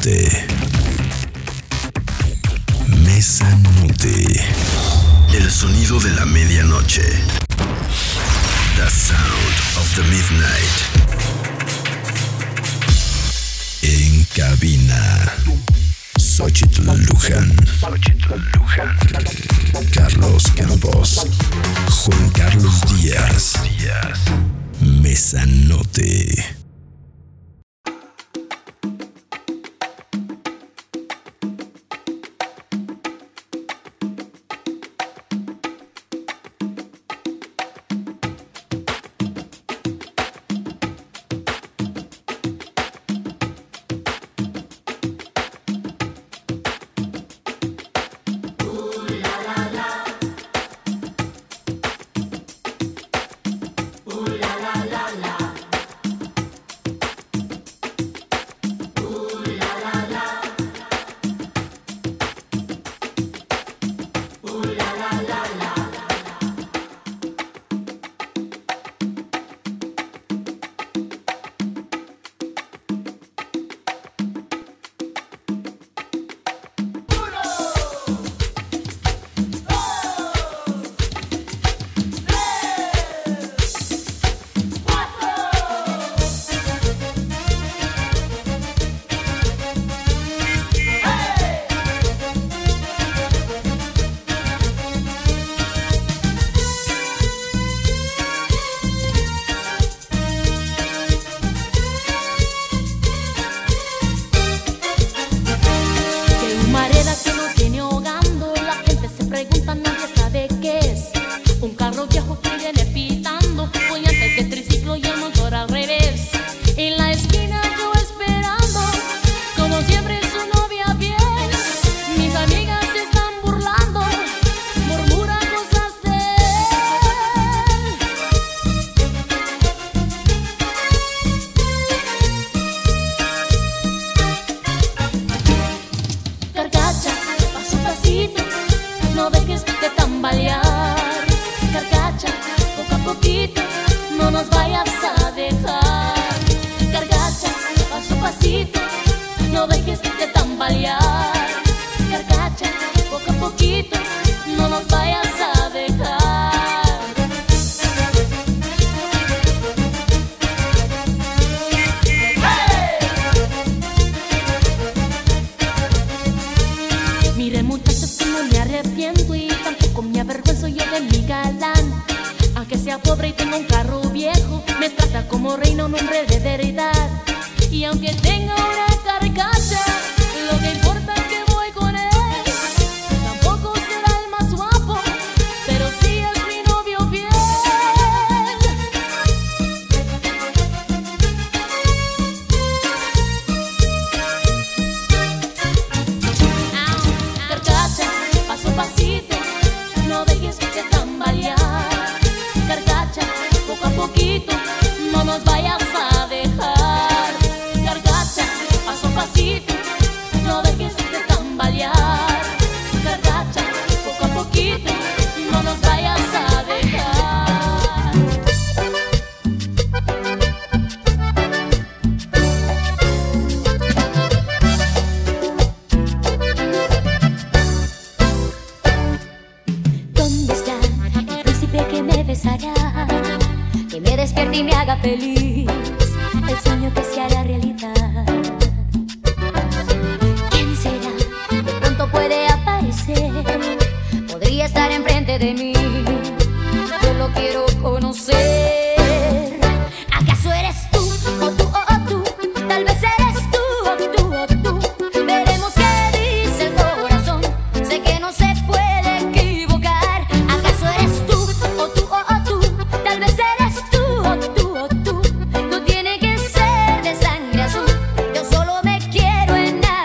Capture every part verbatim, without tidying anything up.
Note. Mesa Note. El sonido de la medianoche. The sound of the midnight. En cabina. Xochitl Luján. Xochitl Luján. Carlos Campos. Juan Carlos Díaz. Mesa Note.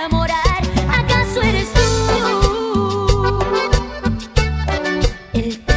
El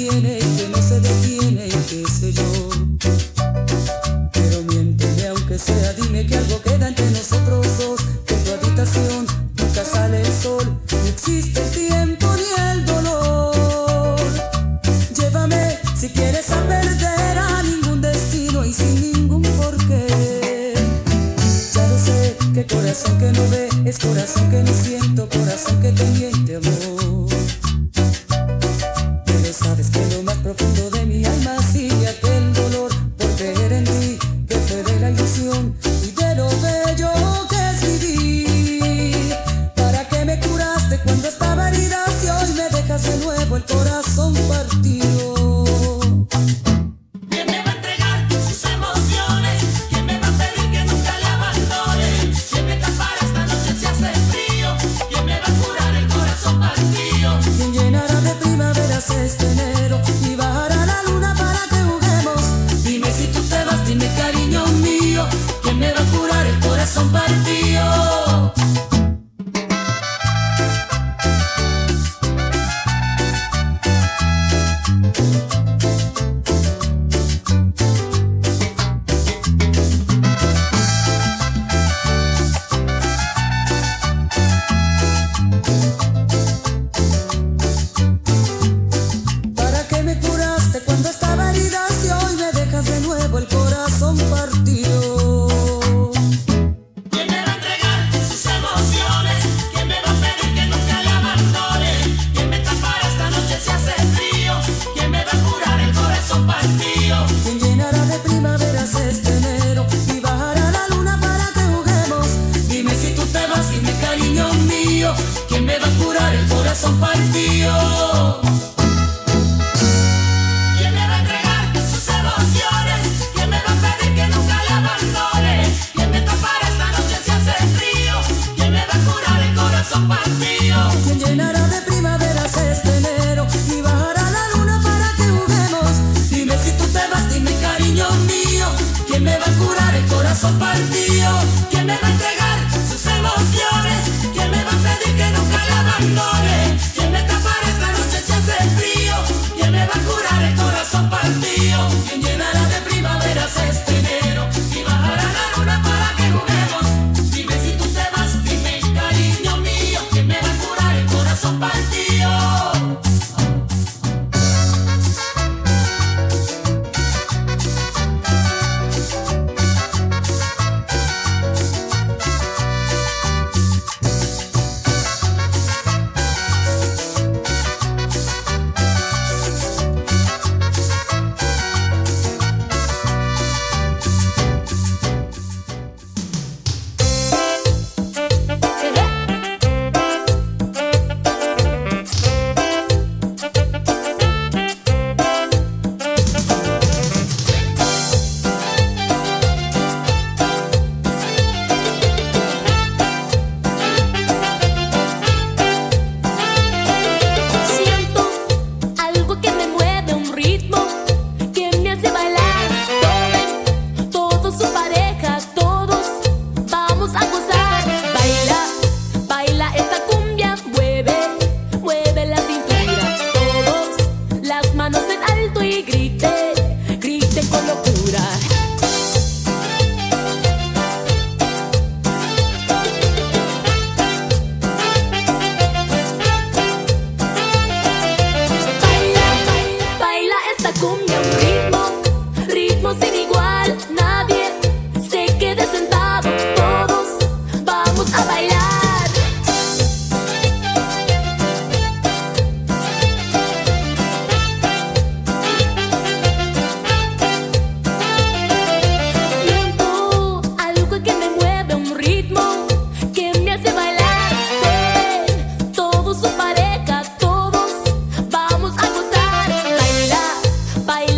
viene y que no se detiene y qué sé yo. Pero miénteme aunque sea, dime que algo queda entre nosotros dos. Que en tu habitación nunca sale el sol, no existe el tiempo ni el dolor. Llévame si quieres a perder a ningún destino y sin ningún porqué. Ya lo sé, que corazón que no ve es corazón que no siento, corazón que te miente, amor. Pero sabes que lo más profundo de mi alma sigue aquel dolor por creer en ti, que fue de la ilusión y de lo bello que es vivir. ¿Para qué me curaste cuando estaba herida si hoy me dejas de nuevo el corazón partido? Este enero y bajará la luna para que juguemos. Dime si tú te vas, dime cariño mío, ¿quién me va a curar el corazón partido? ¿Quién me va a curar el corazón partido? ¿Quién me va a entregar sus emociones? ¿Quién me va a pedir que nunca le abandone? ¿Quién me tapará esta noche si hace frío? ¿Quién me va a curar el corazón partido? ¿Quién llenará de primaveras este enero y bajará la luna para que juguemos? Dime si tú te vas, dime cariño mío, ¿quién me va a curar el corazón partido? ¿Quién me va a entregar sus emociones? ¿Quién me va a pedir que nunca le abandone? ¿Quién me tapará esta noche si hace frío? ¿Quién me va a curar el corazón partido? ¿Quién llenará de primaveras este enero y bajará la luna para que juguemos? Dime si tú te vas, dime cariño mío, ¿quién me va a curar el corazón partido? Baila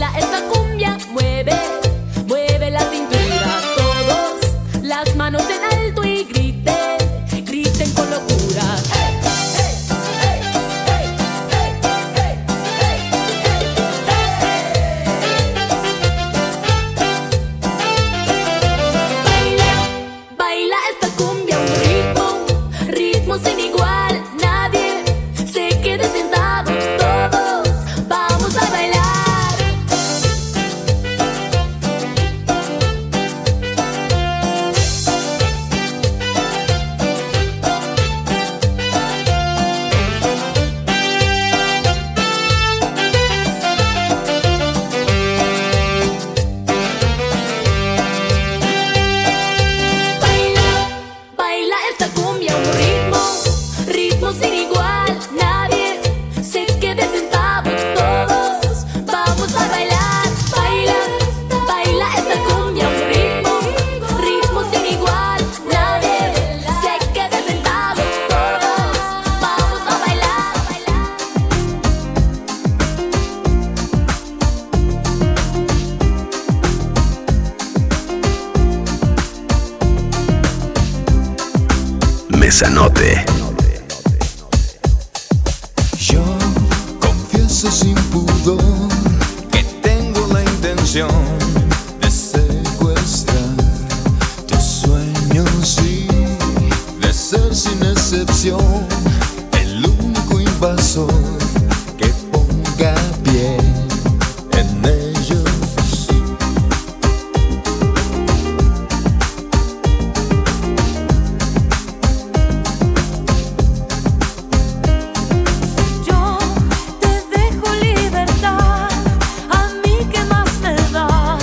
se anote. Yo confieso sin pudor que tengo la intención de secuestrar tus sueños y de ser sin excepción el único invasor que ponga pie en ellos. Yo te dejo libertad, a mí que más me da.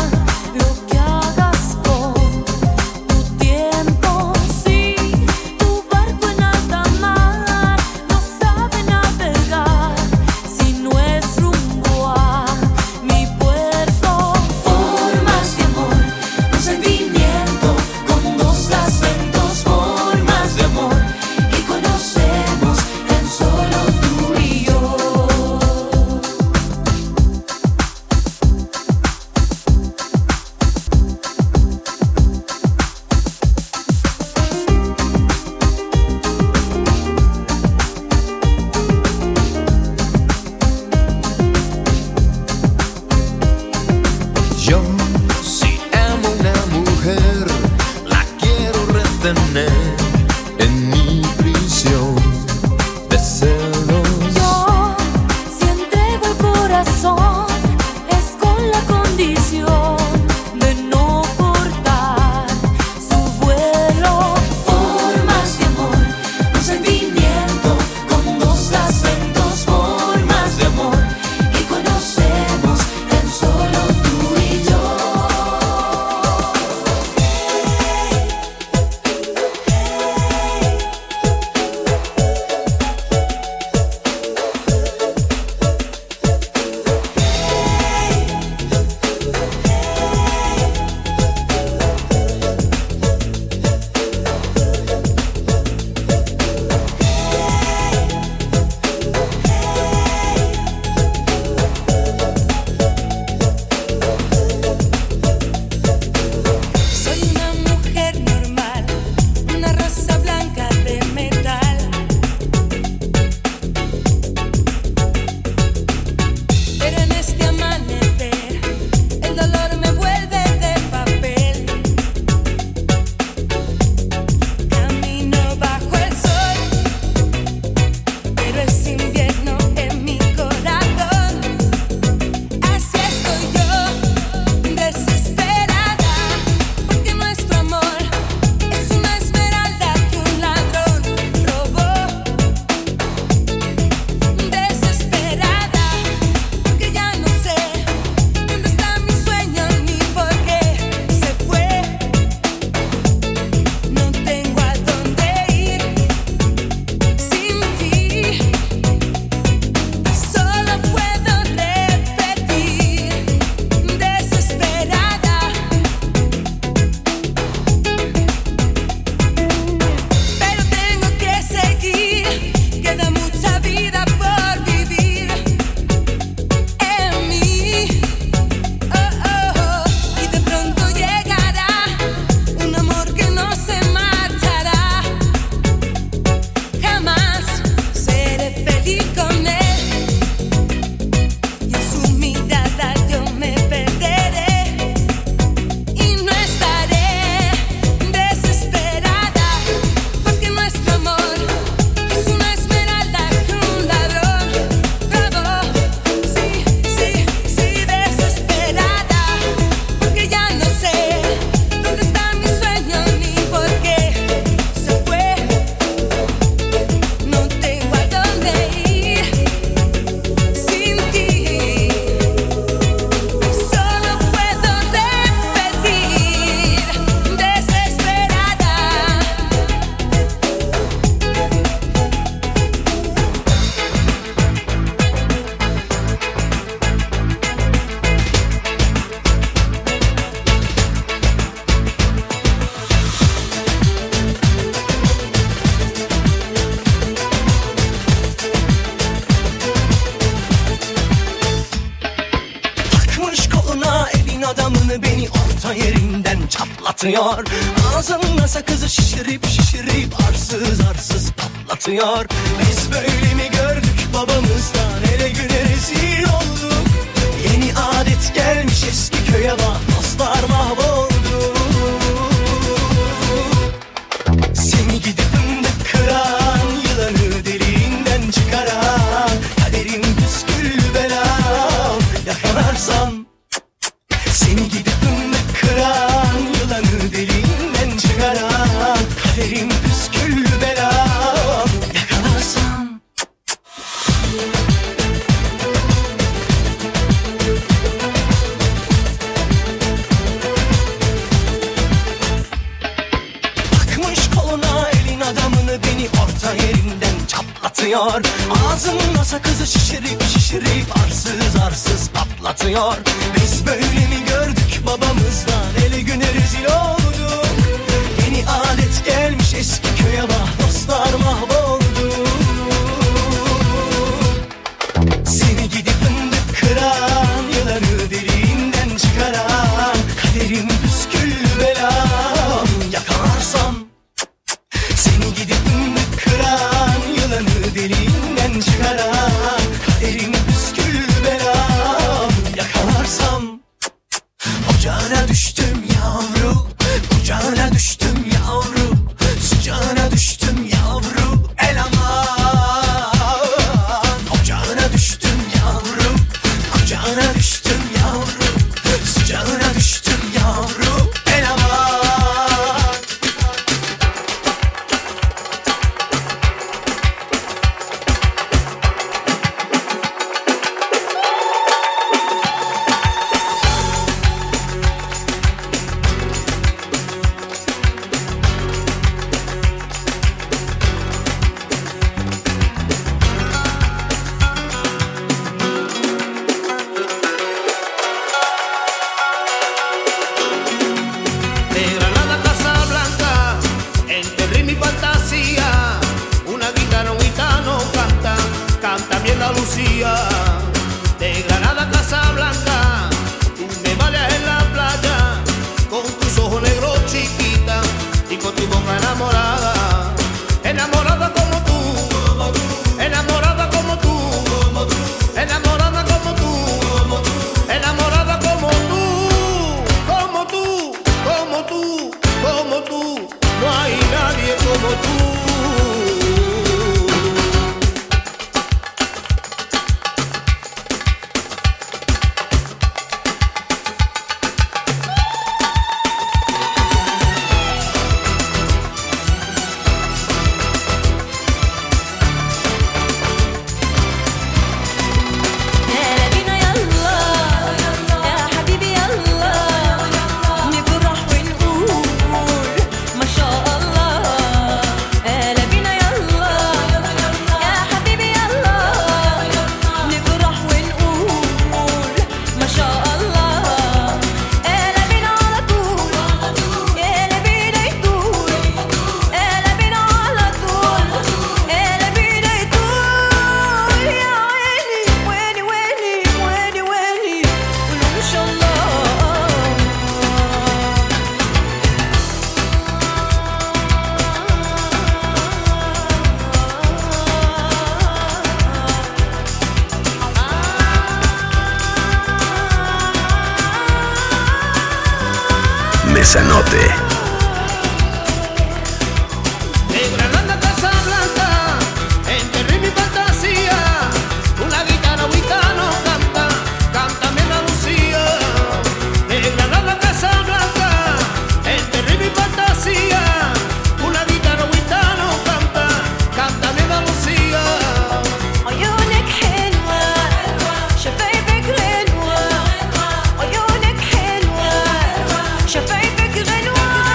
adamını beni orta yerinden çatlatıyor. Ağzına sakızı şişirip şişirip arsız arsız patlatıyor. Biz böyle mi gördük babamızdan, hele güne rezil olduk. Yeni adet gelmiş eski köye bak, dostlar mahvoldu. Seni gidip fındık kıran, yılanı deliğinden çıkaran, kaderin püsküllü belam yakalarsan. Seni gidip fındık kıran, yılanı deliğinden çıkaran, kaderin püsküllü belam yakalarsan. Beni orta yerinden çatlatıyor. Ağzımda sakızı şişirip şişirip arsız arsız patlatıyor. Biz böyle mi gördük babamızdan, hele güne rezil olduk. Yeni adet gelmiş eski köye bak, dostlar mahvoldu. Seni gidip fındık kıran, yılanı deliğinden çıkaran, kaderin püsküllü belam yakalarsam. Seni gidip fındık kıran, yılanı deliğinden çıkaran, kaderin püsküllü belam yakalarsam. Ocağına düştüm yavru, kucağına düştüm yavru, sıcağına düştüm yavru, el aman. Ocağına düştüm yavru, kucağına düştüm yavru, sıcağına düştüm yavru, el aman. De Granada a Casablanca, tú me bailas en la playa, con tus ojos negros chiquita y con tu boca enamorada, enamorada como tú, enamorada como tú, enamorada como tú, enamorada como tú, como tú, como tú, como tú, no hay nadie como tú. Mesanote. De Granada a Casablanca, entre ritmo y fantasía, una guitarra huitano canta, canta mi Andalucía. De Granada a Casablanca, entre ritmo y fantasía, una guitarra huitano canta, canta mi Andalucía. عيونك حلوة شفايفك غنوة عيونك حلوة شفايفك غنوة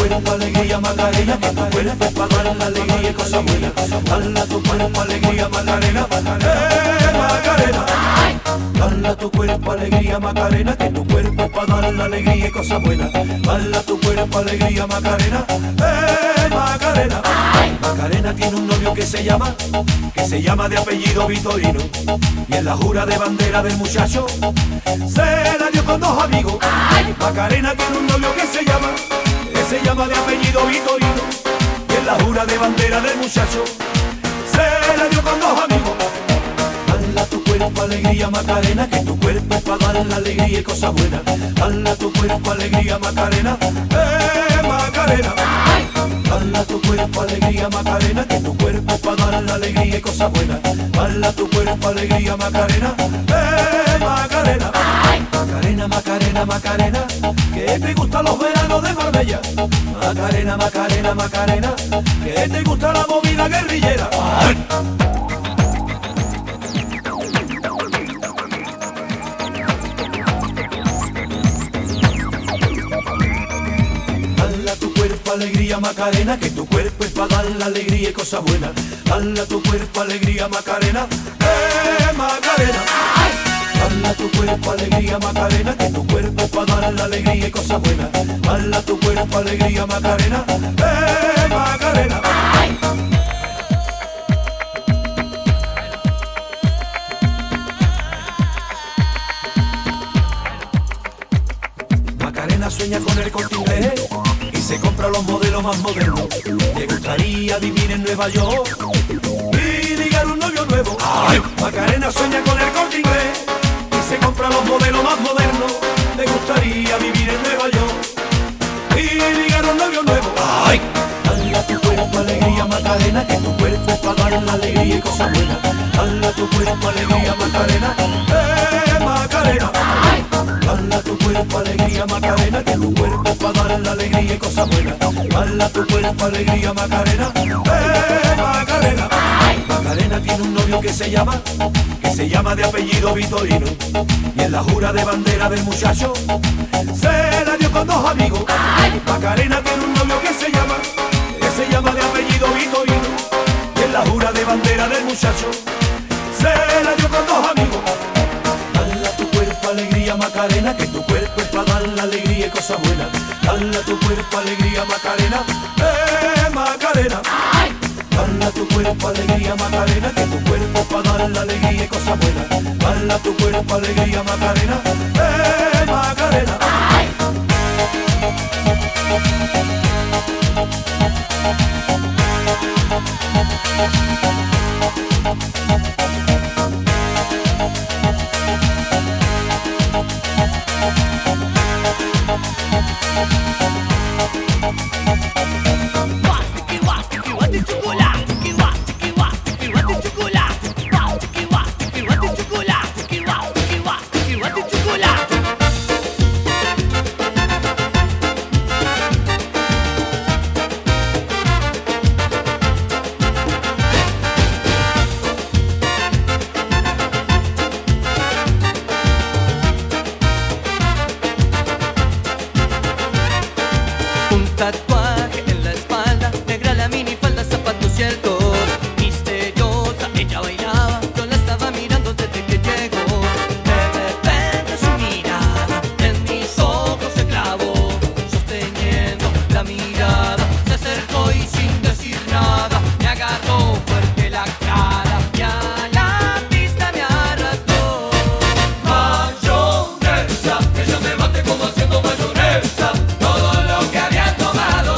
cuerpo alegría Macarena, que tu cuerpo es para dar la alegría y cosas buenas. Dale a tu cuerpo alegría Macarena, eh Macarena. Dale a tu cuerpo alegría Macarena, que tu cuerpo es para dar la alegría y cosas buenas. Dale a tu cuerpo alegría Macarena, eh Macarena. Macarena tiene un novio que se llama, que se llama de apellido Vitorino, y en la jura de bandera del muchacho se la dio con dos amigos. Macarena tiene un novio que se llama, que se llama de apellido Vitorino, y en la jura de bandera del muchacho se la dio con dos amigos. Dale a tu cuerpo alegría Macarena, que tu cuerpo es para dar la alegría y cosas buenas. Dale a tu cuerpo alegría Macarena, eh Macarena. Dale a tu cuerpo alegría Macarena, que tu cuerpo es para dar la alegría y cosas buenas. Dale a tu cuerpo alegría Macarena, eh Macarena. Macarena, Macarena, Macarena, que te gustan los veranos de Marbella. Macarena, Macarena, Macarena, que te gusta la movida guerrillera. Alegría Macarena, que tu cuerpo es para dar la alegría y cosas buenas. Dale a tu cuerpo alegría Macarena, eh Macarena. Dale a tu cuerpo alegría Macarena, que tu cuerpo es para dar la alegría y cosas buenas. Dale a tu cuerpo alegría Macarena, eh Macarena. Macarena sueña con el Corte Inglés y se compra los modelos más modernos. Le gustaría vivir en Nueva York y ligar un novio nuevo. ¡Ay! Macarena sueña con el Corte Inglés y se compra los modelos más modernos. Le gustaría vivir en Nueva York y ligar un novio nuevo. ¡Ay! Dale a tu cuerpo alegría Macarena, que tu cuerpo es para dar la alegría y cosas buenas. Dale a tu cuerpo alegría Macarena, eh Macarena. Dale a tu cuerpo alegría Macarena, que tu cuerpo es para dar la alegría y cosas buenas. Dale a tu cuerpo alegría Macarena, eh Macarena. Macarena tiene un novio que se llama, que se llama de apellido Vitorino, y en la jura de bandera del muchacho se la dio con dos amigos. Macarena tiene un novio que se llama, que se llama de apellido Vitorino, y en la jura de bandera del muchacho se la dio con dos amigos. Dale a tu cuerpo alegría Macarena, que tu cuerpo es para dar la alegría y cosas buenas. Dale a tu cuerpo alegría Macarena, eh Macarena. Dale a tu cuerpo alegría Macarena, que tu cuerpo es para dar la alegría y cosas buenas. Dale a tu cuerpo alegría Macarena, eh Macarena. Todo lo que había tomado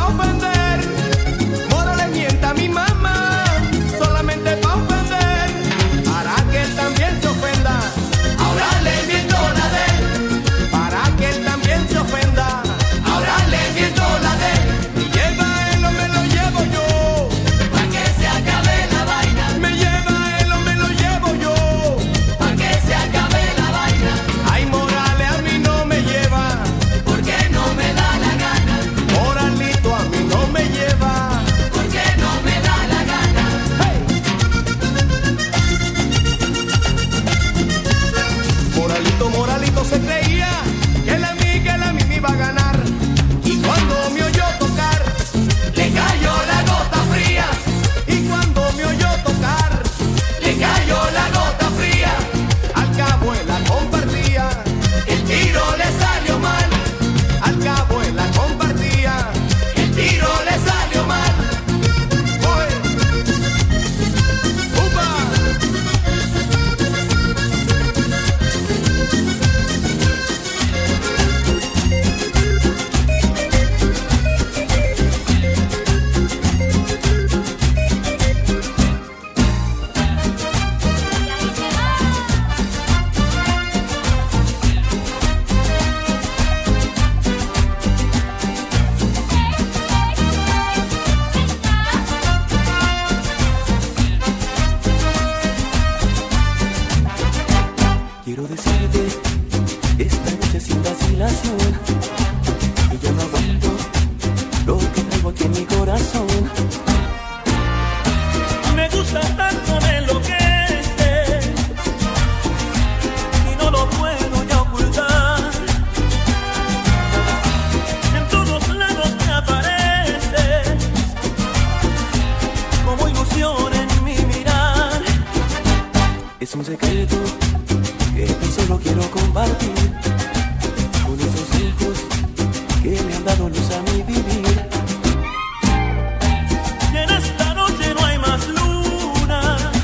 pa' ofender. Mora le mienta a mi mamá, solamente pa' ofender, para que él también se ofenda. Ahora le miento la de él, para que él también se ofenda. Ahora le miento la de él. Me lleva él o me lo llevo yo, Pa' que se acabe la vaina, me lleva él o me lo llevo yo. pa' que se acabe la vaina, Ay, Morales a mí no me lleva, porque no me da la gana, Moralito a mí no me lleva. porque no me da la gana. Moralito, Moralito se creía que él a mí, que él a mí me iba a ganar. Y cuando me oyó tocar, Le cayó la gota fría, y cuando me oyó tocar, le cayó la gota fría, al cabo él la compartía, el tiro le salió mal, al cabo él la compartía. el tiro le salió mal. ¡Oye! ¡Upa! Quiero decirte esta noche sin vacilación que ya no aguanto lo que traigo aquí en mi corazón. Me gusta tanto, me enloquece y no lo puedo ya ocultar. En todos lados me apareces como ilusión en mi mirar. Es un secreto que tan solo quiero compartir con esos ojos que me han dado luz a mi vivir. Y en esta noche no hay más luna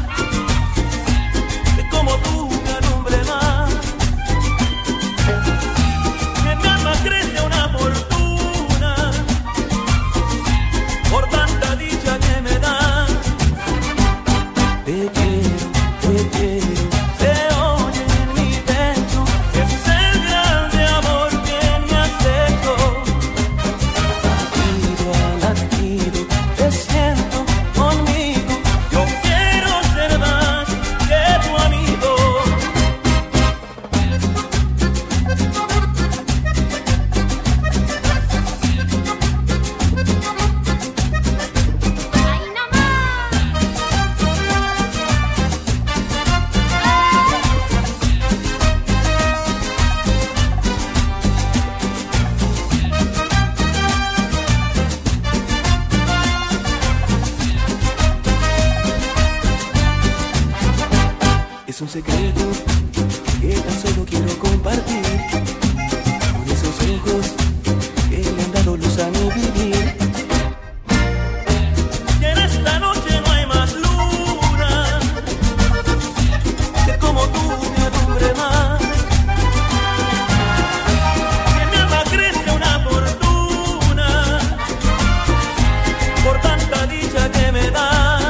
que como tú me alumbre más. En mi alma crece una fortuna por tanta dicha que me da. Te quiero, te quiero, te oye en mi pecho, es el grande amor que me has hecho. Latido a latido, te siento conmigo, yo quiero ser más que tu amigo. Es un secreto que tan solo quiero compartir con esos ojos que me han dado luz a mi vivir. Y en esta noche no hay más luna que como tú me alumbre más. Y en mi alma crece una fortuna por tanta dicha que me da.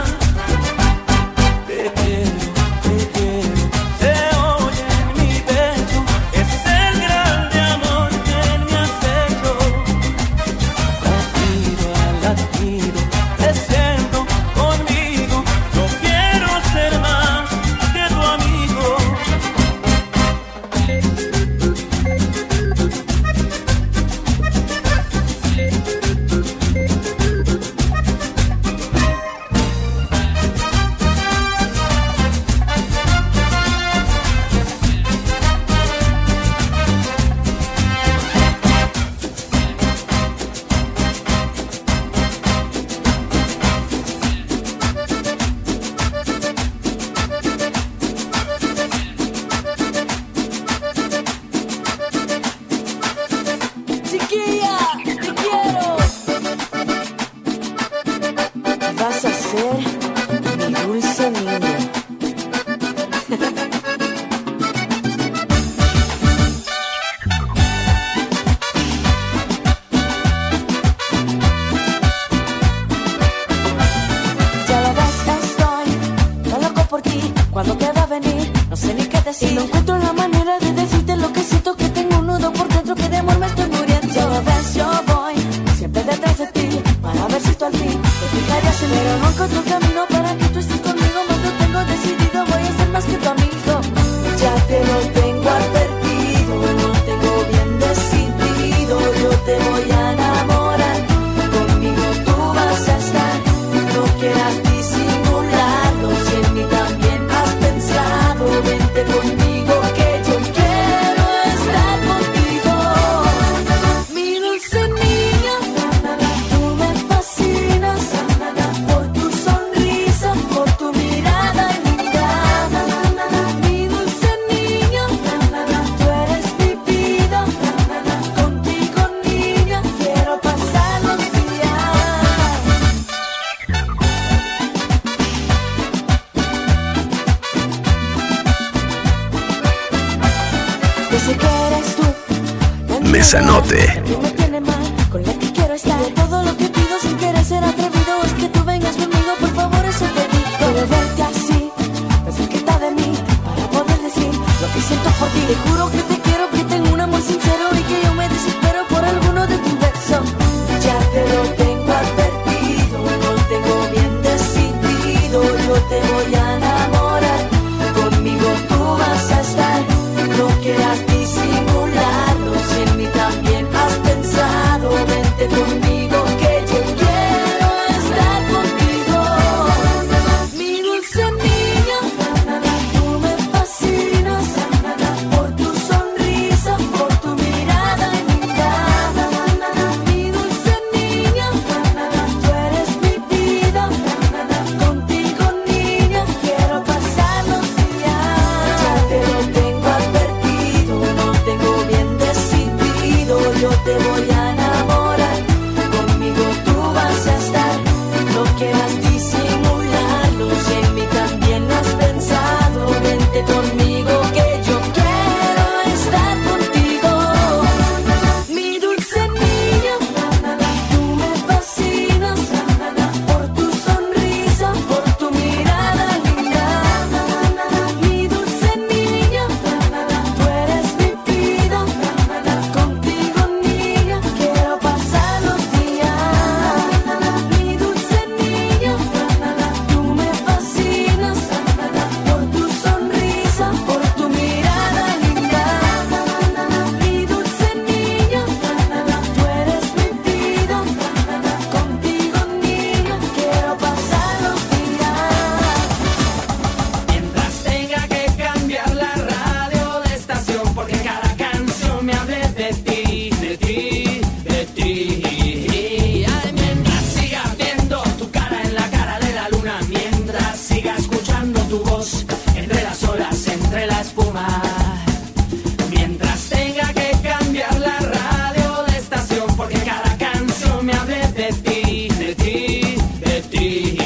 Te quiero, te quiero, se oye en mi pecho, es el grande amor que me has hecho. Latido a latido, te siento conmigo, yo quiero ser más que tu amigo. Chiquilla, te quiero. Vas a ser mi dulce niña. decir. Y no encuentro la manera de decirte lo que siento, que tengo un nudo por dentro, que de amor me estoy muriendo. Ya ves, yo voy siempre detrás de ti, para ver si tú al fin te fijarías en mí. Pero no encuentro el camino para que tú estés conmigo, más lo tengo decidido, voy a ser más que tu amigo. Ya te lo tengo advertido, no tengo bien decidido, yo te voy a enamorar, conmigo tú vas a estar, no quieras disimularlo, si en mí también has pensado, vente conmigo que yo quiero estar contigo. Mi dulce niña, tú me fascinas, por tu sonrisa, por tu mirada linda. Mi dulce niña, tú eres mi vida, contigo niña quiero pasar los días. Yo sé que eres tú, Mesanote. que me tiene mal, con la que quiero estar. Y de todo lo que pido sin querer ser atrevido, es que tú vengas conmigo, por favor, eso te digo. Quiero verte así, tan cerquita de mí, para poder decir lo que siento por ti. Te juro que te quiero, que tengo un amor sincero y que yo me desespero por alguno de tus besos. Ya te lo tengo advertido, no tengo bien decidido, yo te voy a enamorar, conmigo tú vas a estar, no quieras disimularlo, si en mí también has pensado, vente conmigo que yo quiero estar contigo. Mi dulce niña, tú me fascinas, por tu sonrisa, por tu mirada linda. Mi dulce niña, tú eres mi vida, contigo niña quiero pasar los días. Ya te lo tengo advertido, no tengo bien decidido, yo te voy a enamorar, conmigo tú vas a estar, no quieras disimularlo, si en mí también has pensado, vente conmigo que yo quiero estar contigo. Mi dulce niña, tú me fascinas, por tu sonrisa, por tu mirada linda. Mi dulce niña, tú eres mi vida, contigo niña quiero pasar los días. Mi dulce niña, tú me fascinas, por tu sonrisa, por tu mirada linda. Mi dulce niña, tú eres mi vida, contigo niña quiero pasar los días. Mientras tenga que cambiar la radio de estación, porque cada canción me hable de ti, de ti, de ti. Ay, mientras siga viendo tu cara en la cara de la luna, mientras siga escuchando tu voz entre las olas, entre la espuma. Mientras tenga que cambiar la radio de estación, porque cada canción me hable de ti, de ti, de ti.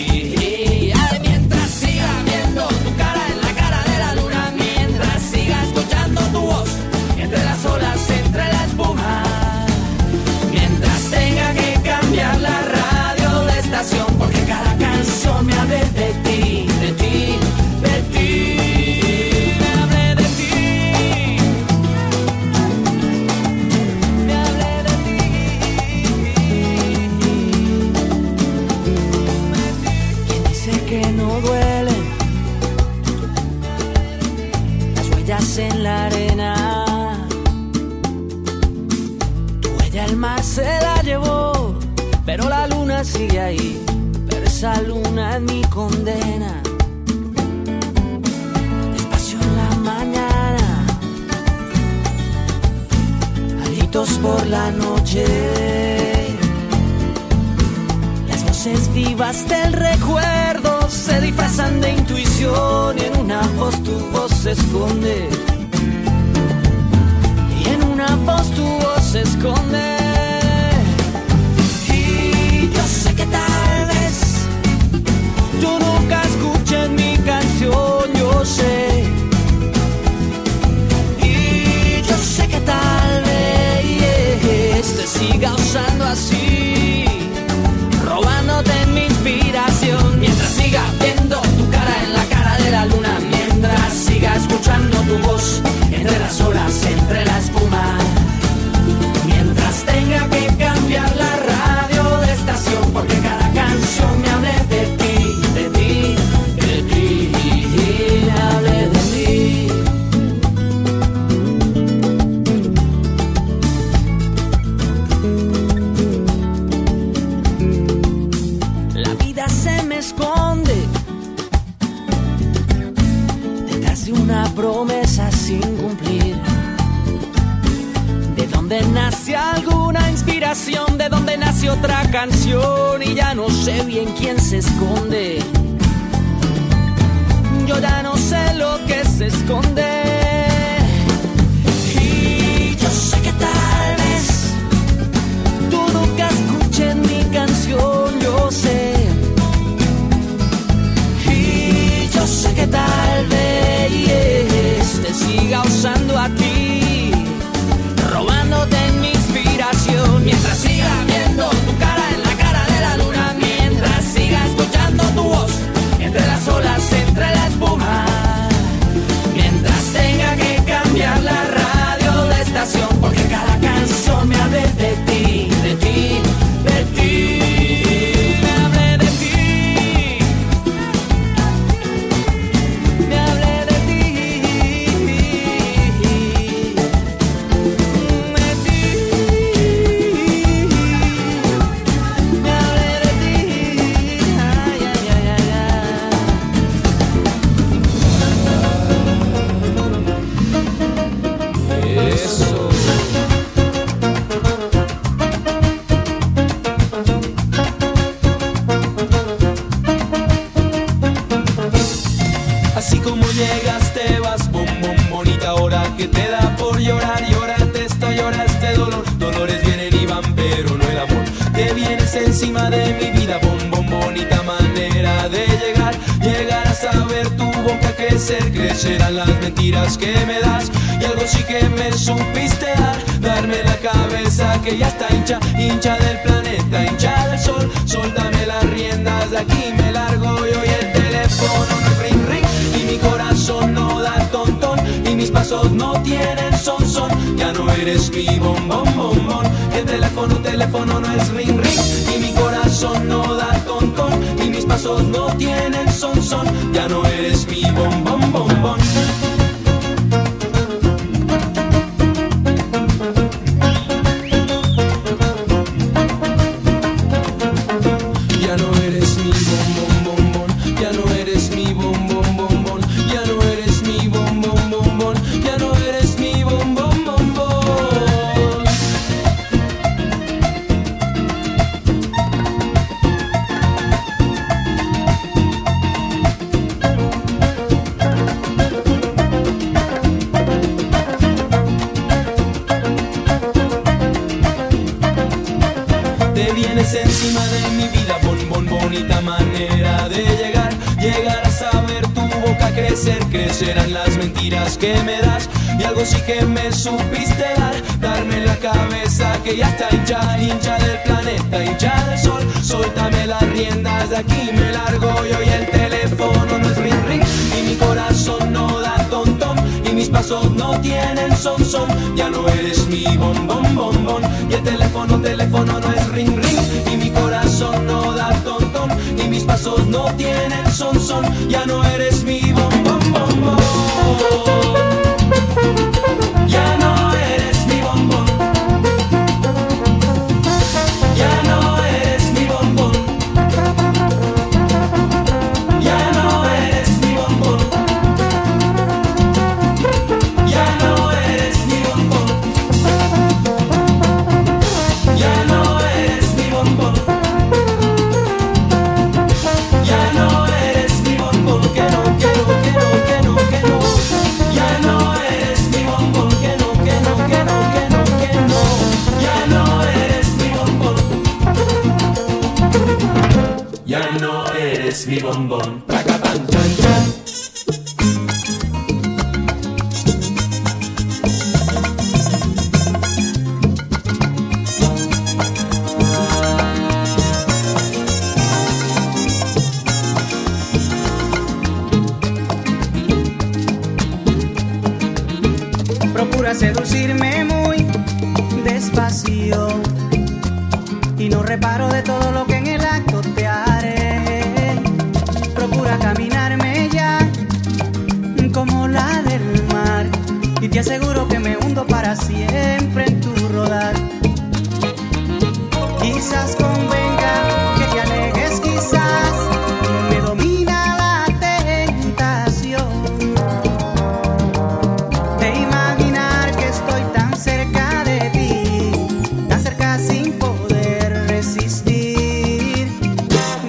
Ay, mientras siga viendo tu cara en la cara de la luna, mientras siga escuchando tu voz entre las olas, entre la espuma. Mientras tenga que cambiar la radio de estación, porque cada canción me hable de ti, de ti, de ti. Me hable de ti. Me hable de ti. ¿Quién dice que no duelen las huellas en la arena? Tu huella el mar se la llevó, pero la luna sigue ahí, pero esa luna es mi condena. Despacio en la mañana, a gritos por la noche, las voces vivas del recuerdo se disfrazan de intuición, y en una voz tu voz se esconde, y en una voz tu voz se esconde. Y yo sé que tal vez tú nunca escuches mi canción, yo sé. Y yo sé que tal vez te siga usando así, robándote mi inspiración. Mientras siga viendo tu cara en la cara de la luna, mientras siga escuchando tu promesas sin cumplir. ¿De dónde nace alguna inspiración? ¿De dónde nace otra canción? Y ya no sé bien quién se esconde. Yo ya no sé lo que se esconde. Y yo sé que tal vez tú nunca escuches mi canción, yo sé. Y yo sé que tal vez te siga usando a ti, robándote mi inspiración. Mientras siga viendo tu cara en la cara de la luna, mientras siga escuchando tu voz entre las olas, entre la espuma, mientras tenga que cambiar la radio de estación, porque cada canción me hable de ti, de ti, de ti. Me hable de ti, me hable de ti, de ti, me hable de ti. Ay, ay, ay, ay, ay. Eso. Así como llegas te vas, bom, bom, bonita hora que te da por llorar. Llorate esto, llora este dolor. Dolores vienen y van, pero no el amor. Te vienes encima de mi vida, bom, bom, bonita manera de llegar. Llegar a saber tu boca crecer, crecerán las mentiras que me das. Y algo sí que me supiste dar, darme la cabeza que ya está hincha, hincha del planeta, hincha del sol. Suéltame las riendas, de aquí me largo yo y el teléfono no es ring ring. Y mi corazón no da tontón, y mis pasos no tienen son son. Ya no eres mi bombón bombón, el teléfono, teléfono no es ring ring. Y mi corazón no da tontón, y mis pasos no tienen son son. Ya no eres mi bombón bombón. Ya no eres mi bombón bombón, ya no eres mi bombón bombón, ya no eres mi bombón bombón, ya no eres mi bombón bombón. Te vienes encima de mi vida, bon, bon, bonita manera de llegar. Llegar a saber tu boca crecer, crecerán las mentiras que me das. Y algo sí que me supiste dar, darme la cabeza que ya está hincha, hincha del planeta, hincha del sol. Suéltame las riendas, de aquí me largo yo y el teléfono no es ring ring. Y mi corazón no da tontón, y mis pasos no tienen son son. Ya no eres mi bombón bombón, y el teléfono, teléfono no es ring ring. Y mi corazón no da tontón, y mis pasos no tienen son son. Ya no eres mi bombón bombón. Ya no eres mi bombón. Ya no eres mi bombón. Ya no eres mi bombón. Ya no eres mi bombón. Ya no eres mi bombón. Ya no eres mi bombón. Que no, que no, que no, que no, que no. Ya no eres mi bombón. Que no, que no, que no, que no, que no. Ya no eres mi bombón. Ya no eres mi bombón. Pacapan, chan, chan. Procura seducirme muy despacio y no reparo de todo lo que en el acto te haré. Procura caminarme ya como la del mar y te aseguro que me hundo para siempre en tu rodar. Quizás convenga que te alejes, quizás me domina la tentación.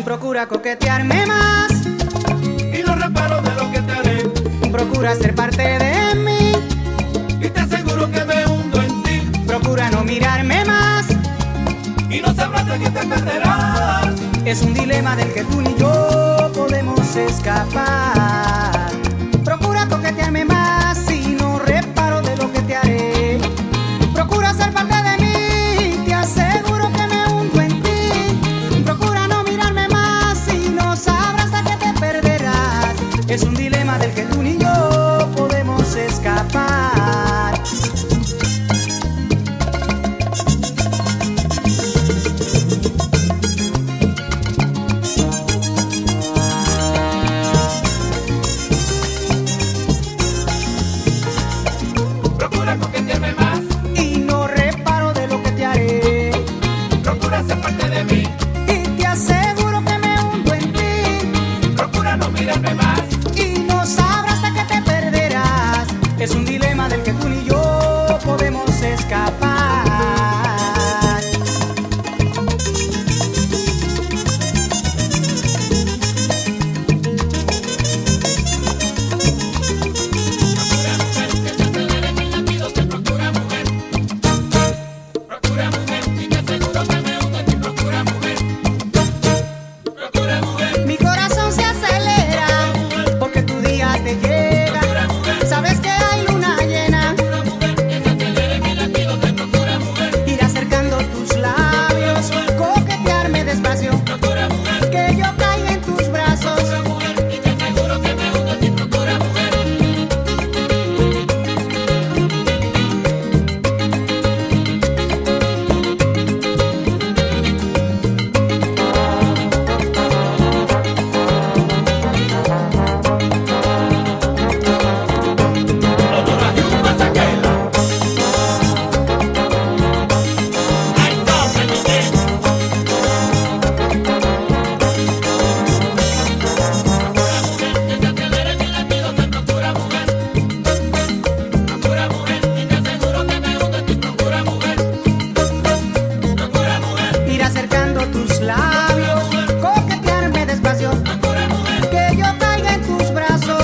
Procura coquetearme más y no reparo de lo que te haré. Procura ser parte de mí y te aseguro que me hundo en ti. Procura no mirarme más y no sabrás de qué te perderás. Es un dilema del que tú ni yo podemos escapar. Procura coquetearme más y no reparo de lo que te haré. Procura ser parte de mí, te aseguro que me hundo en ti. Procura no mirarme más y no sabrás de qué te perderás. Es un dilema del que tú ni yo podemos escapar. Procura coquetearme más y no reparo de lo que te haré. Procura ser parte de mí y te aseguro que me hundo en ti. Procura no mirarme más y no sabrás de qué te perderás. Es un dilema del que tú ni yo podemos escapar. Mi corazón se acelera porque tu día te llega. Sabes que hay luna llena. Ir acercando tus labios, coquetearme despacio, que yo caiga en tus brazos. Ir acercando tus labios, coquetearme despacio, que yo caiga en tus brazos.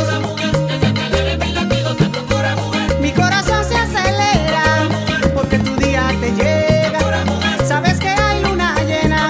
Mi corazón se acelera porque tu día te llega. Sabes que hay luna llena.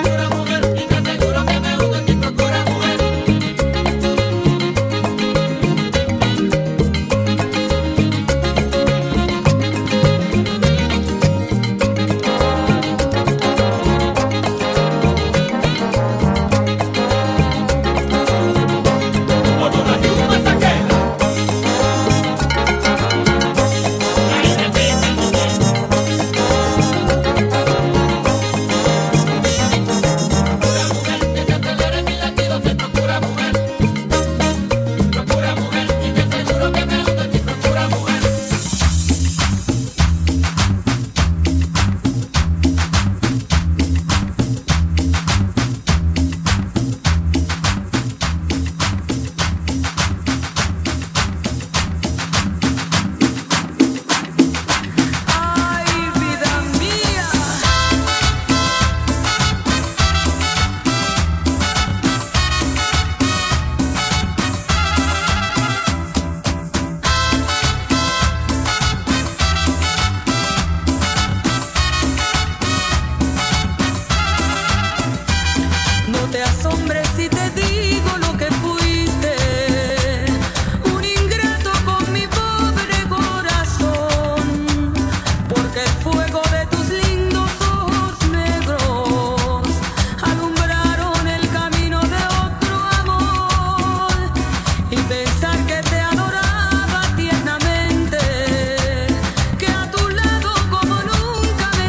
No te asombres si te digo lo que fuiste, un ingrato con mi pobre corazón, porque el fuego de tus lindos ojos negros alumbraron el camino de otro amor, y pensar que te adoraba tiernamente, que a tu lado como nunca me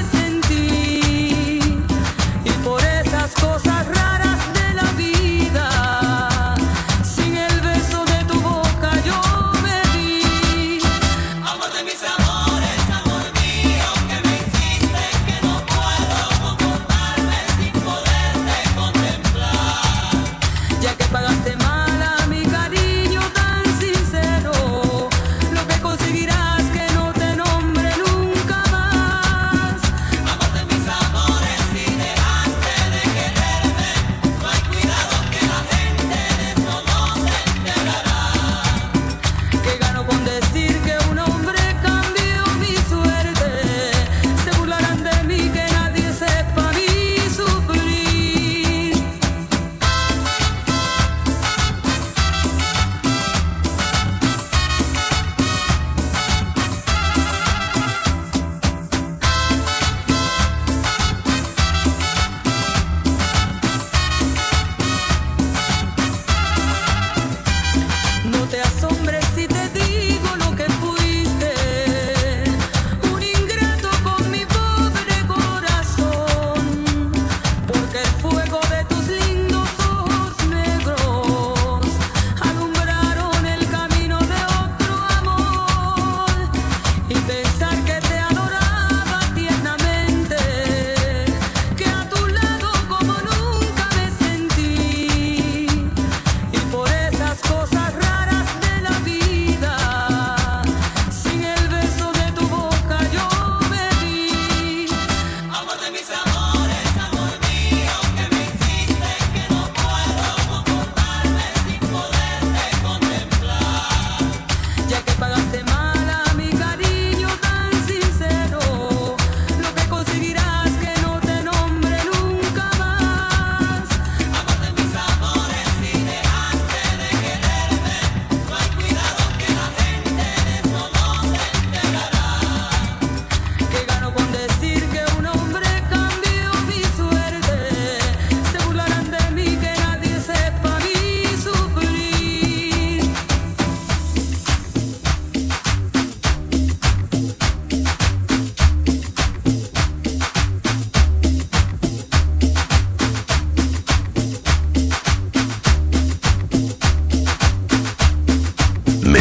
sentí, y por esas cosas raras de la vida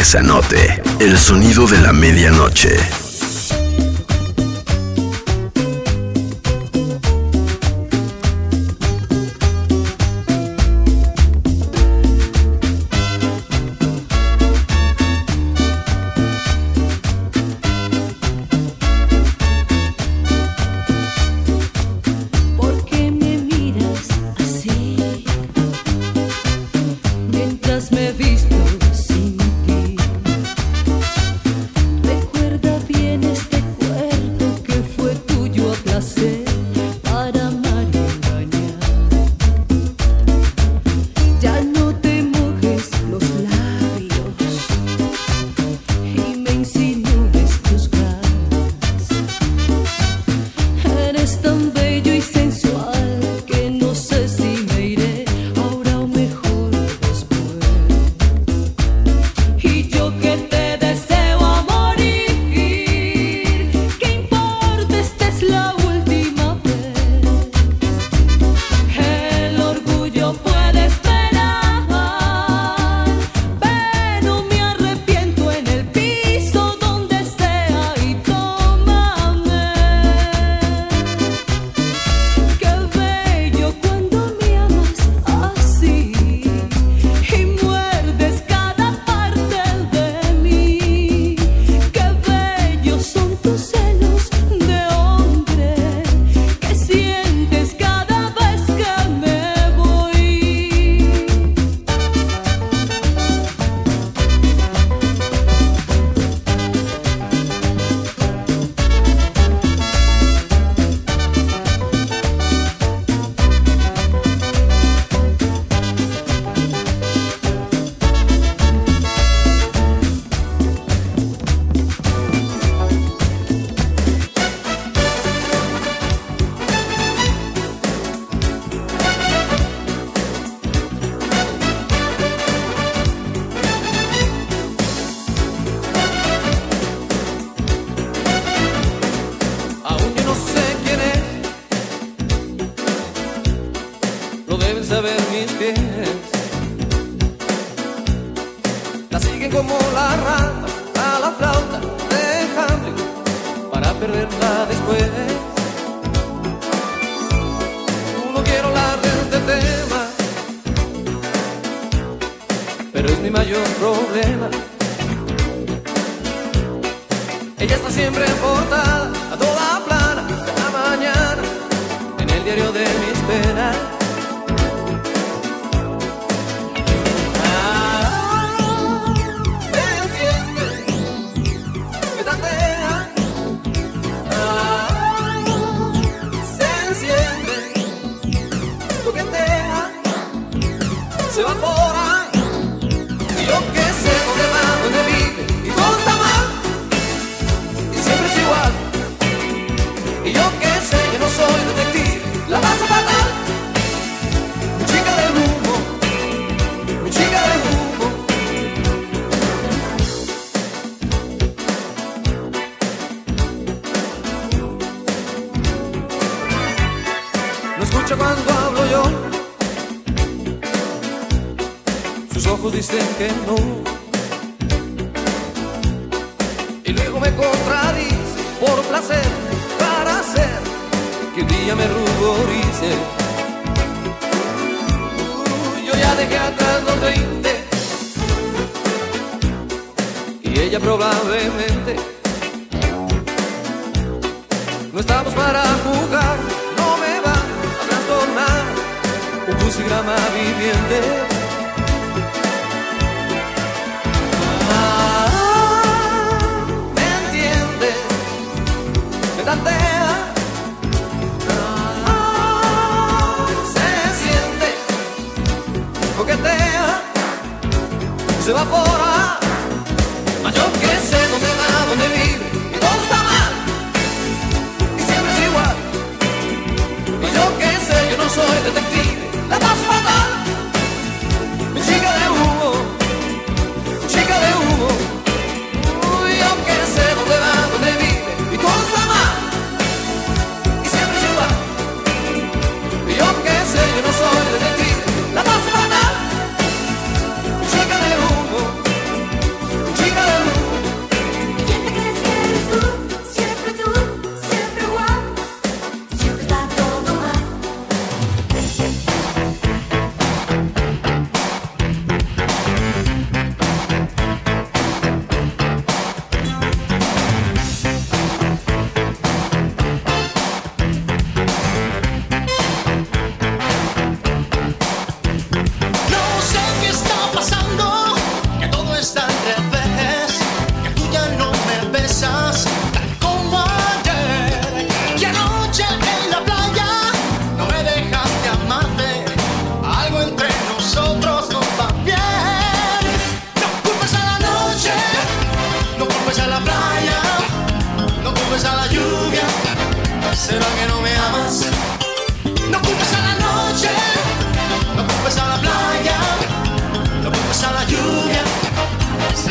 Mesanote, el sonido de la medianoche.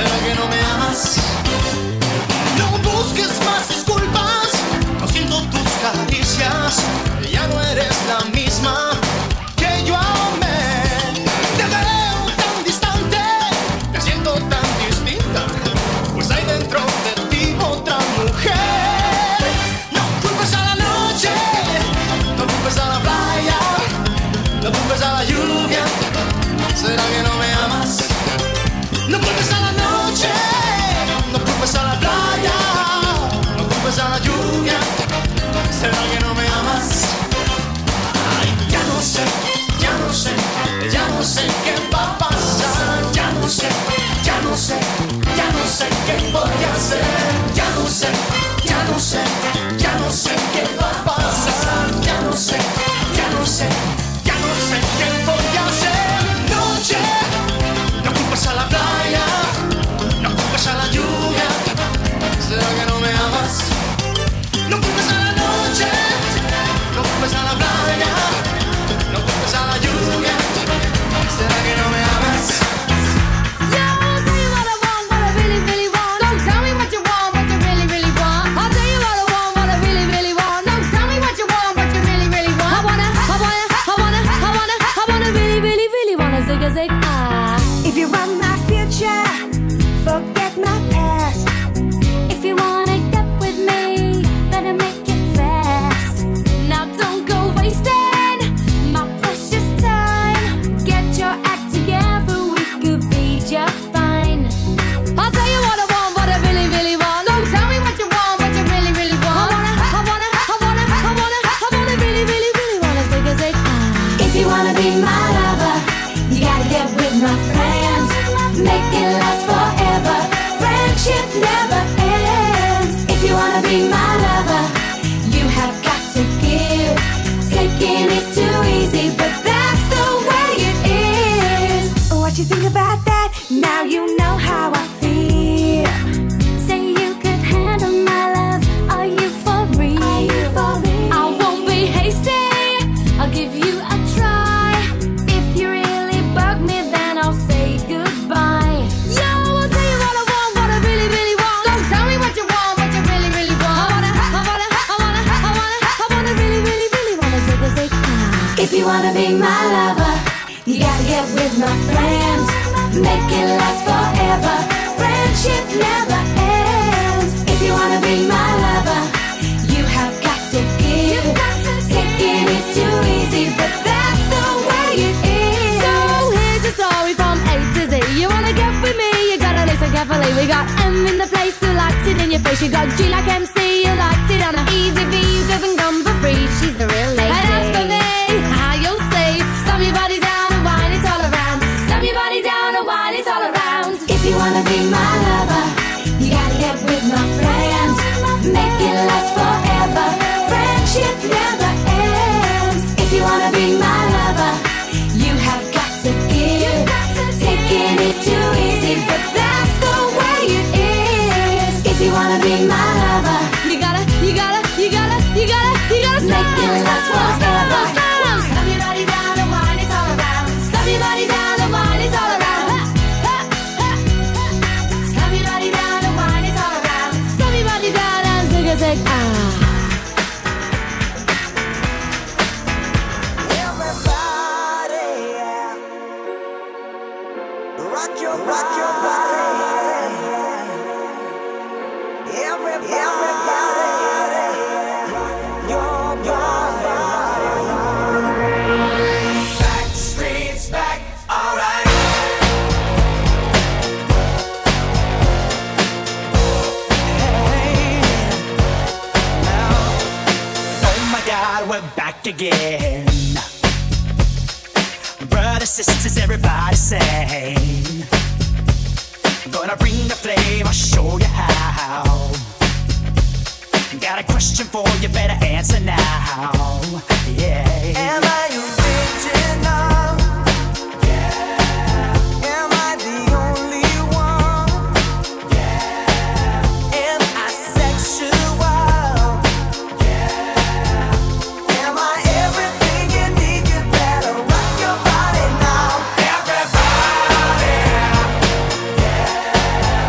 ¿Será que no me amas? No busques más disculpas, no siento tus caricias, ya no eres la misma que yo amé. Te veo tan distante, te siento tan distinta, pues hay dentro de ti otra mujer. No culpes a la noche, no culpes a la playa, no culpes a la lluvia. ¿Será que no me amas? No culpes a la noche, no culpes a la playa, no culpes a la lluvia. ¿Será que no me amas? Ay, ya no sé, ya no sé, ya no sé qué va a pasar. Ya no sé, ya no sé, ya no sé qué voy a hacer. Ya no sé, ya no sé, ya no sé qué va a pasar. Ya no sé, ya no sé, ya no sé qué voy a hacer. Noche, no culpes a la playa, no culpes a la lluvia. ¿Será que no me amas? No culpes a la noche, no culpes a la playa, no culpes a la lluvia. ¿Será que no me amas? I'll tell you what I want, what I really, really want. So tell me what you want, what you really, really want. I'll tell you what I want, what I really, really want. So tell me what you want, what you really, really want. I wanna, I wanna, I wanna, I wanna, I wanna really, really, really wanna zig a zig ah. If you want my future, forget my past. If you wanna get with me, better make it fast. Now don't go wasting my precious time. Get your act together, we could be just fine. I'll tell you what I want, what I really, really want. So tell me what you want, what you really, really want. I wanna, I wanna, I wanna, I wanna, I wanna really, really, really wanna zig a zig ah. If you wanna be my lover, you gotta get with my friends. Make it last forever. Friendship never ends. If you wanna be my lover, you have got to give. Taking is too easy, but that's the way it is. What you think about that? Now you know how I feel. Say you could handle my love. Are you for real? Are you for real? I won't be hasty. I'll give you a try. If you really bug me, then I'll say goodbye. Yo, I'll tell you what I want, what I really, really want. So tell me what you want, what you really, really want. I wanna, I wanna, I wanna, I wanna, I wanna really, really, really wanna zig a zig ah. If you wanna be my lover, you gotta get with my friends. Make it last forever. Friendship never ends. If you wanna be my lover, you have got to give. Taking is too easy, but that's the way it is. So here's a story from A to Z. You wanna get with me, you gotta listen carefully. We got M in the place who likes it in your face. You got G like M C, who likes it on a easy V, who doesn't come for free. She's the real lady. And as for me, how you'll see, slam your body down and wine it all around. Slam your body down and wine it all around. If you wanna be my lover, you gotta get with my friends. Make it last forever. Friendship never ends. If you wanna be my lover, you have got to give. Taking is too easy, but that's the way it is. If you wanna be my lover, You gotta, you gotta, you gotta, you gotta, you gotta make it last forever. Slam your body down and wine it all around. Slam your body down and wine it all around. Ha, ha, ha. Slam your body down and wine it all around. Slam your body down and zig a zig ah. Everybody, rock your, rock your body. Everybody, everybody, rock your body. Back streets back, alright. Hey, now, oh my God, we're back again. Brothers, sisters, everybody sing. Gonna bring the flame, I'll show you how. Got a question for you, better answer now. Yeah. Am I original? Yeah. Am I the only one? Yeah. Am I sexual? Yeah. Am I everything you need? You better rock your body now. Everybody. Yeah.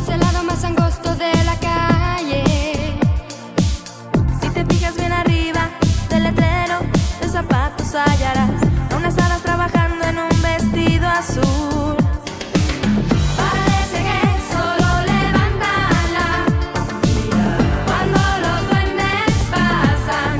Es el lado más angosto de la calle. Si te fijas bien arriba del letrero de zapatos hallarás a unas hadas trabajando en un vestido azul. Parece que solo levantan la mira cuando los duendes pasan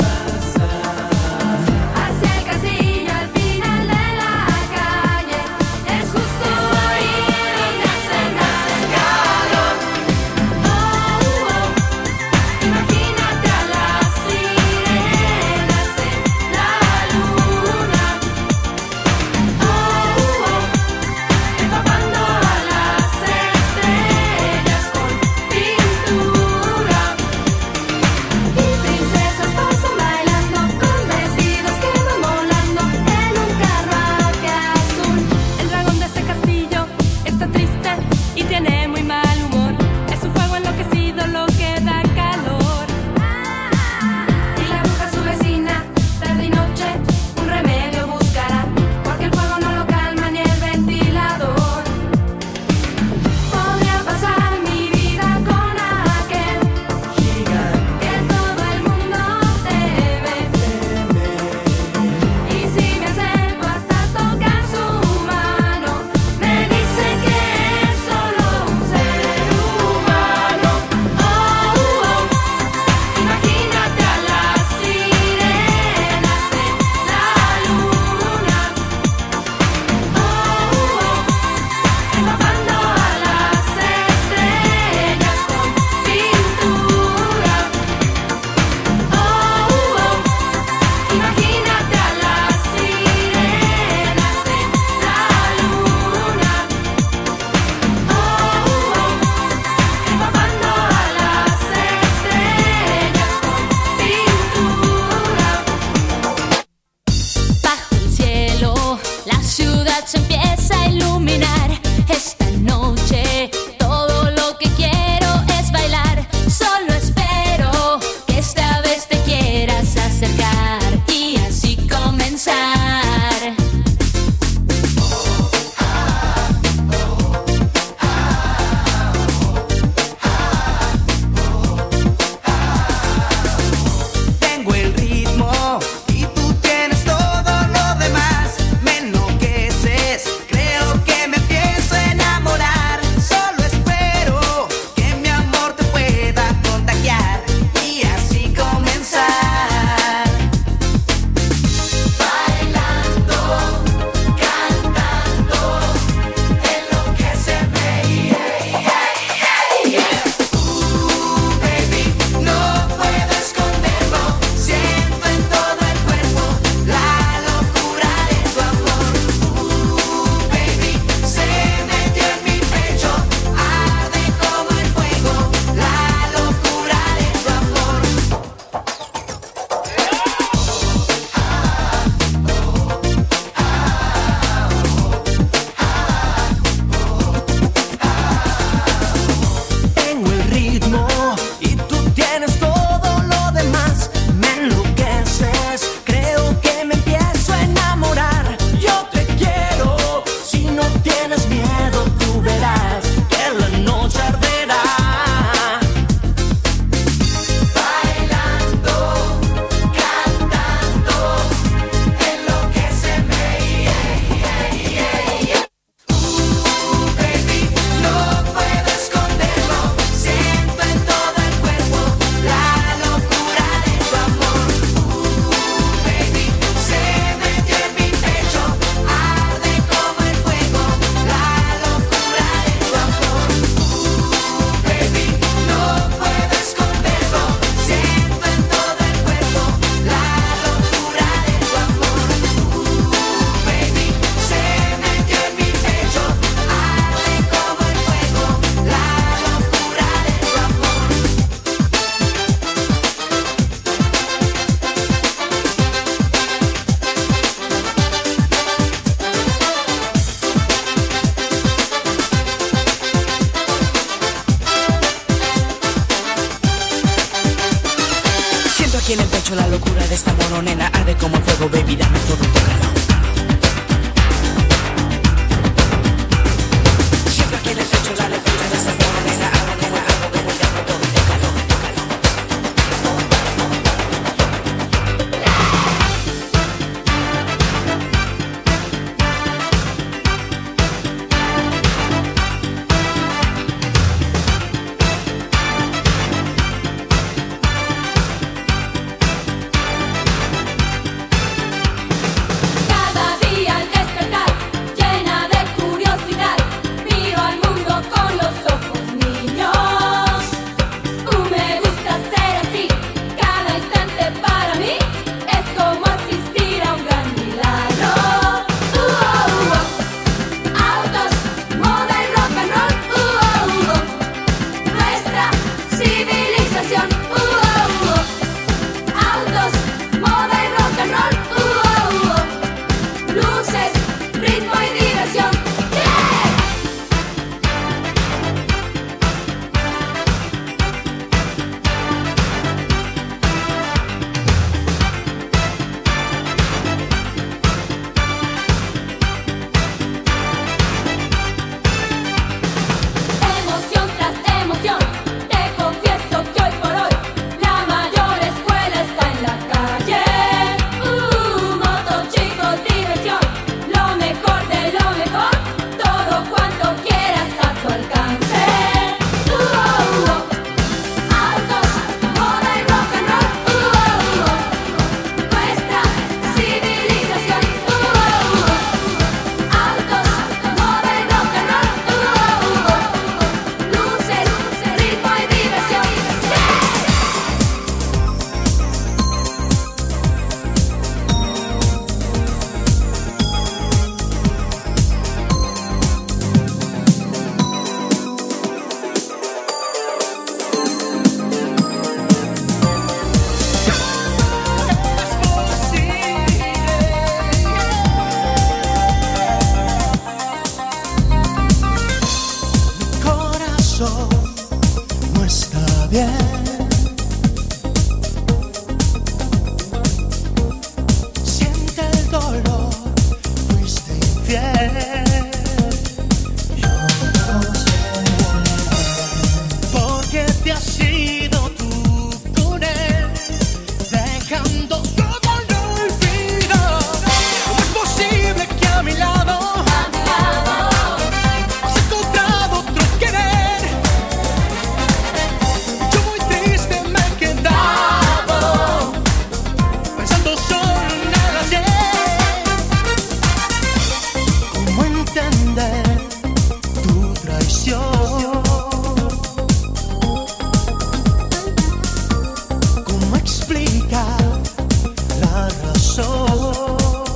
hacia el castillo al final de la calle. Es justo ahí donde hacen calor. Oh, oh, imagínate a las sirenas en la luna. Oh, oh, empapando a las estrellas con pintura. Y princesas pasan bailando con vestidos que van volando en un carruaje azul. El dragón de ese castillo está triste y tiene muy mal humor. Es un fuego enloquecido lo que da calor. Y la bruja su vecina, tarde y noche, un remedio buscará, porque el fuego no lo calma ni el ventilador. Podría pasar mi vida con aquel que todo el mundo teme. Y si me acerco hasta tocar su mano, me dice que es solo un ser humano. Oh, oh, imagínate a las sirenas en la luna. Oh, oh, empapando a las estrellas con pintura. Oh, oh, imagínate a las sirenas en la luna. Oh, oh, empapando a las estrellas con pintura. Bajo el cielo, la ciudad se empieza a iluminar. Esta noche, todo lo que quiero es bailar. Solo espero que esta vez te quieras acercar y así comenzar. Tengo el ritmo y tú tienes todo lo demás. Me enloqueces, creo que me empiezo a enamorar. Solo espero que mi amor te pueda contagiar y así comenzar. Bailando, cantando, enloquéceme. Uh, baby, no puedo esconderlo. Siento en todo el cuerpo la locura de tu amor. Uh, baby, se metió en mi pecho, arde como el fuego, la locura de tu amor. Tengo el ritmo y tú tienes todo lo demás. Me enloqueces, creo que me empiezo a enamorar. Yo te quiero, si no tienes miedo tú verás que la noche arderá. Bailando, cantando, enloquéceme. Uh, baby, no puedo esconderlo. Siento en todo el cuerpo la locura de tu amor. Uh, baby, se metió en mi pecho, arde como el fuego, la locura de tu amor. Uh, baby, no puedo esconderlo. Siento en todo el cuerpo la locura de tu amor. Uh, baby, se metió en mi pecho, arde como el fuego, la locura de tu amor. Siento aquí en el pecho la locura de esta moronena, arde como el fuego, baby, dame todo tu calor. Siento aquí en el pecho la locura de esta moronena, arde bien. Siente el dolor, fuiste infiel. Yo no sé por qué te has ido tú con él, dejando todo en olvido. ¿Cómo es posible que a mi lado has encontrado otro querer? Yo muy triste me he quedado pensando solo en el ayer. ¿Cómo entender tu traición? ¿Cómo explicar la razón?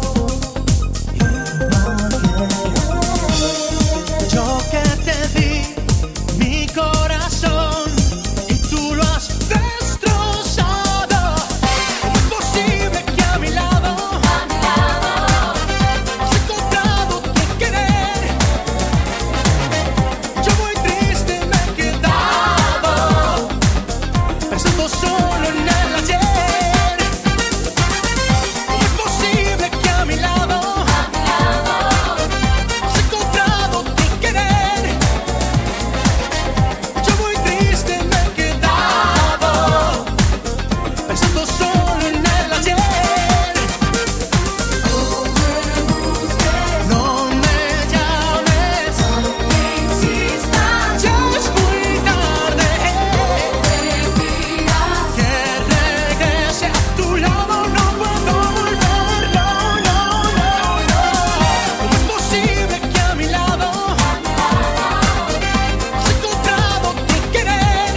Yo que te di mi corazón y tú lo has destrozado. ¿Cómo es posible que a mi lado has encontrado otro querer? Yo muy triste me he quedado pensando solo en el ayer. ¿Cómo es posible que a mi lado has encontrado otro querer? Yo muy triste me he quedado pensando solo en el ayer. No me llames, ya es muy tarde. Que regrese a tu lado, no puedo volver, no, no, no, no. ¿Cómo es posible que a mi lado has encontrado otro querer?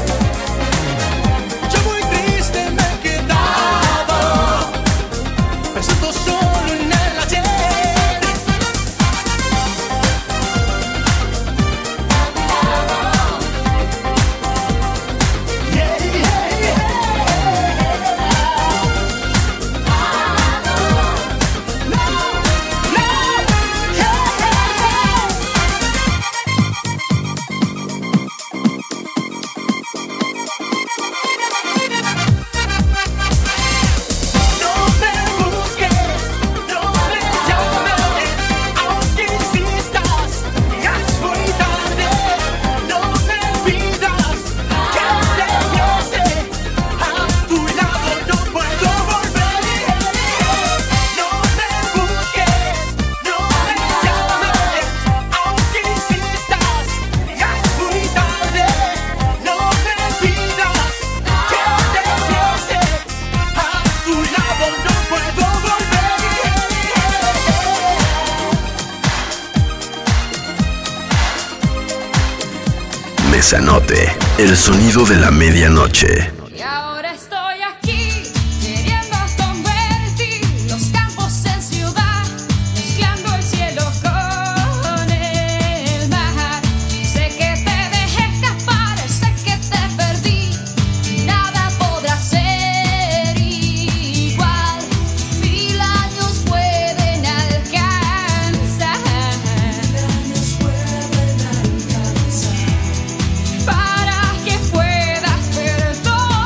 Yo muy triste me he quedado pensando solo en el ayer. Yeah, yeah, yeah. No, no, yeah, No me busques, no me llames, aunque insistas, ya es muy tarde. No me pidas que regrese a tu lado, no puedo volver. No me busques, no me llames, aunque insistas, ya es muy tarde. No me pidas que regrese a tu lado, no puedo volver. Mesanote, el sonido de la medianoche. Y ahora estoy aquí, queriendo convertir los campos en ciudad, mezclando el cielo con el mar. Sé que te dejé escapar, sé que te perdí, y nada podrá ser igual. Mil años pueden alcanzar, para que puedas perdonar.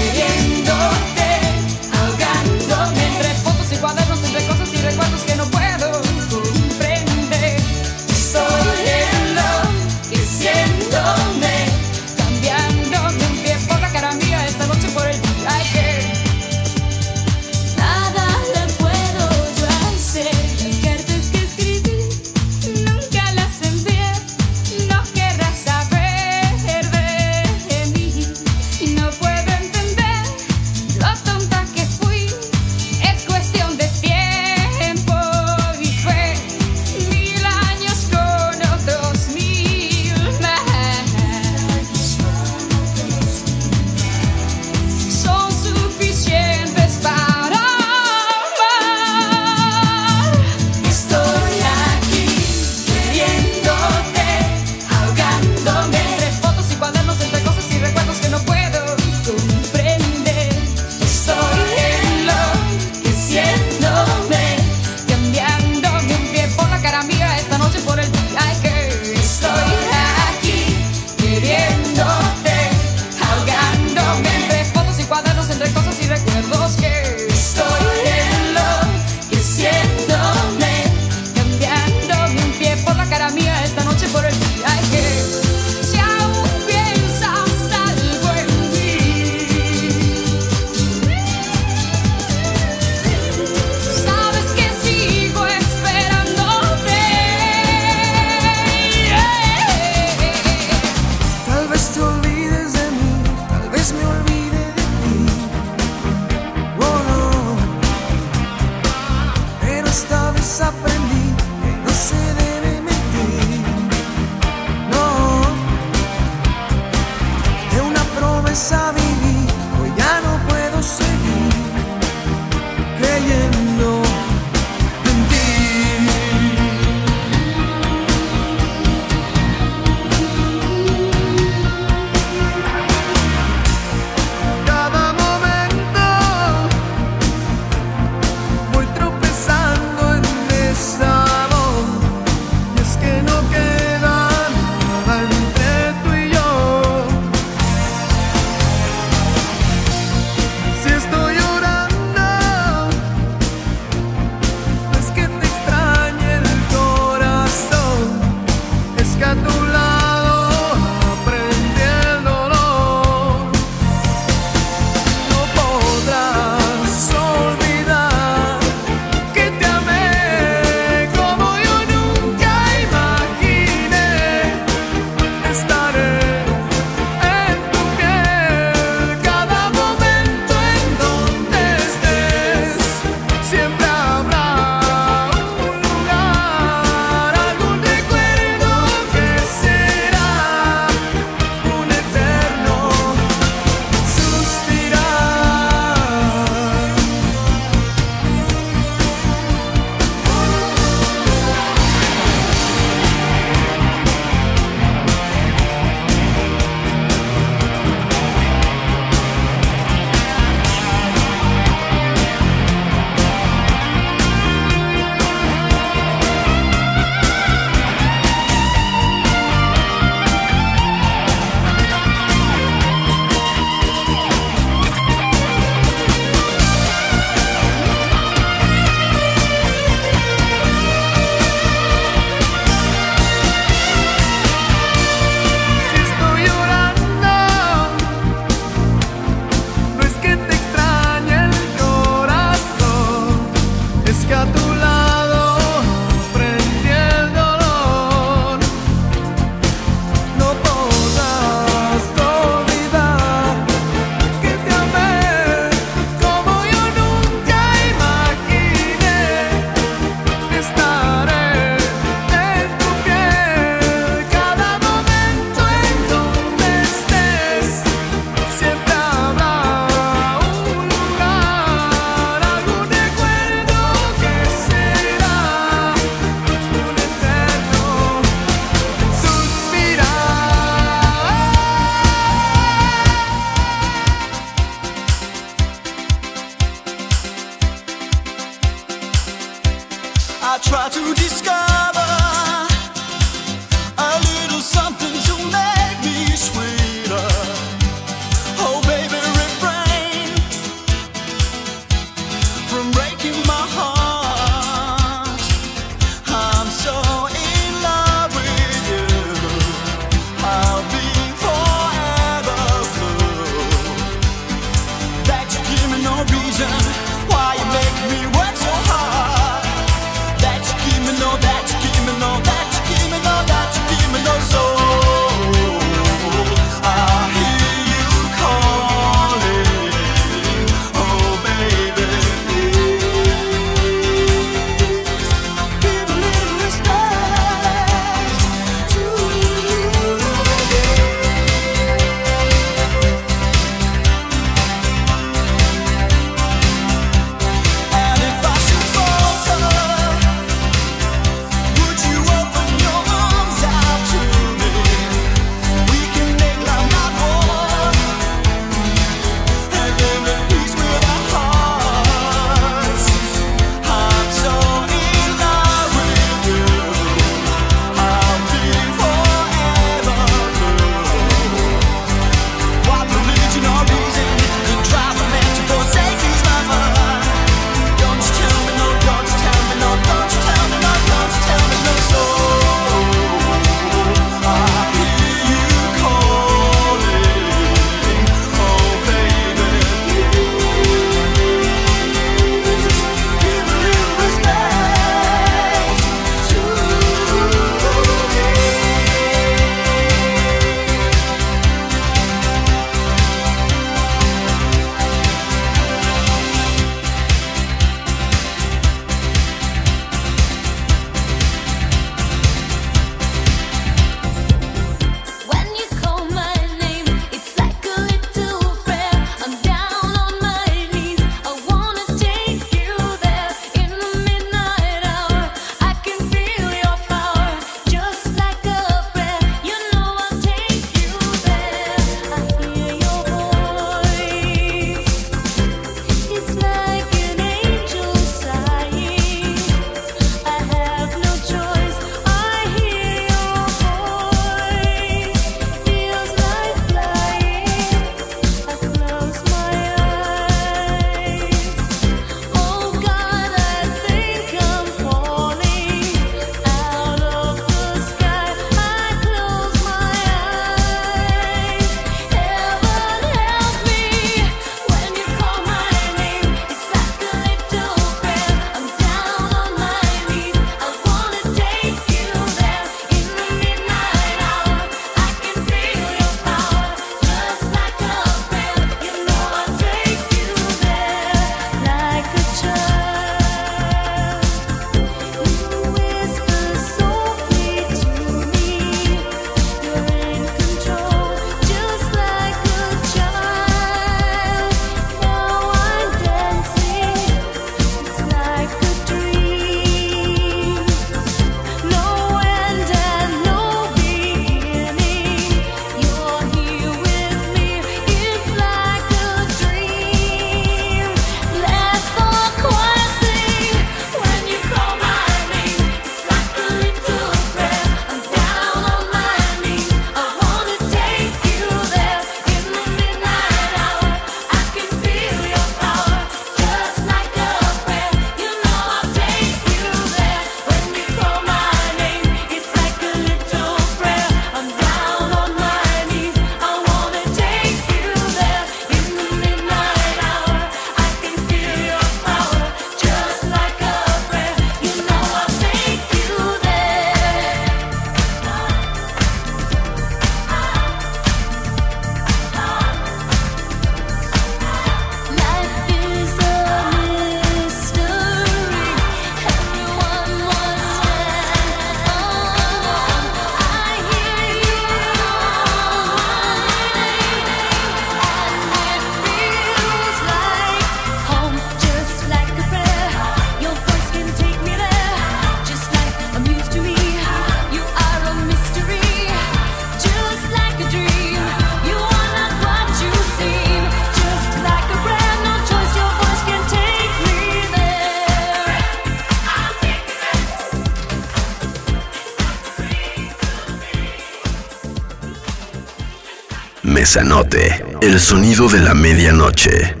Mesanote, el sonido de la medianoche.